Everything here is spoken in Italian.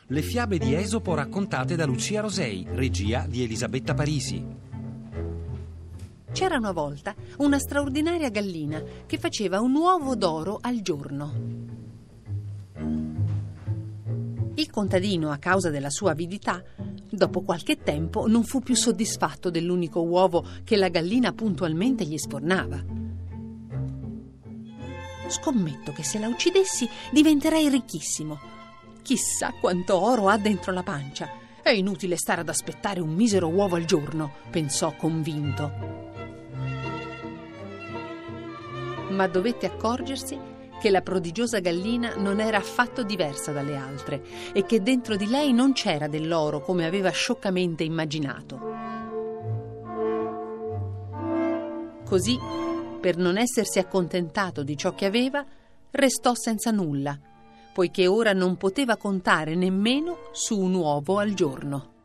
Le fiabe di Esopo raccontate da Lucia Rosei, regia di Elisabetta Parisi. C'era una volta una straordinaria gallina che faceva un uovo d'oro al giorno. Il contadino, a causa della sua avidità, dopo qualche tempo non fu più soddisfatto dell'unico uovo che la gallina puntualmente gli sfornava. Scommetto che se la uccidessi diventerei ricchissimo. Chissà quanto oro ha dentro la pancia. È inutile stare ad aspettare un misero uovo al giorno, pensò convinto. Ma dovette accorgersi che la prodigiosa gallina non era affatto diversa dalle altre e che dentro di lei non c'era dell'oro come aveva scioccamente immaginato. Così, per non essersi accontentato di ciò che aveva, restò senza nulla, poiché ora non poteva contare nemmeno su un uovo al giorno.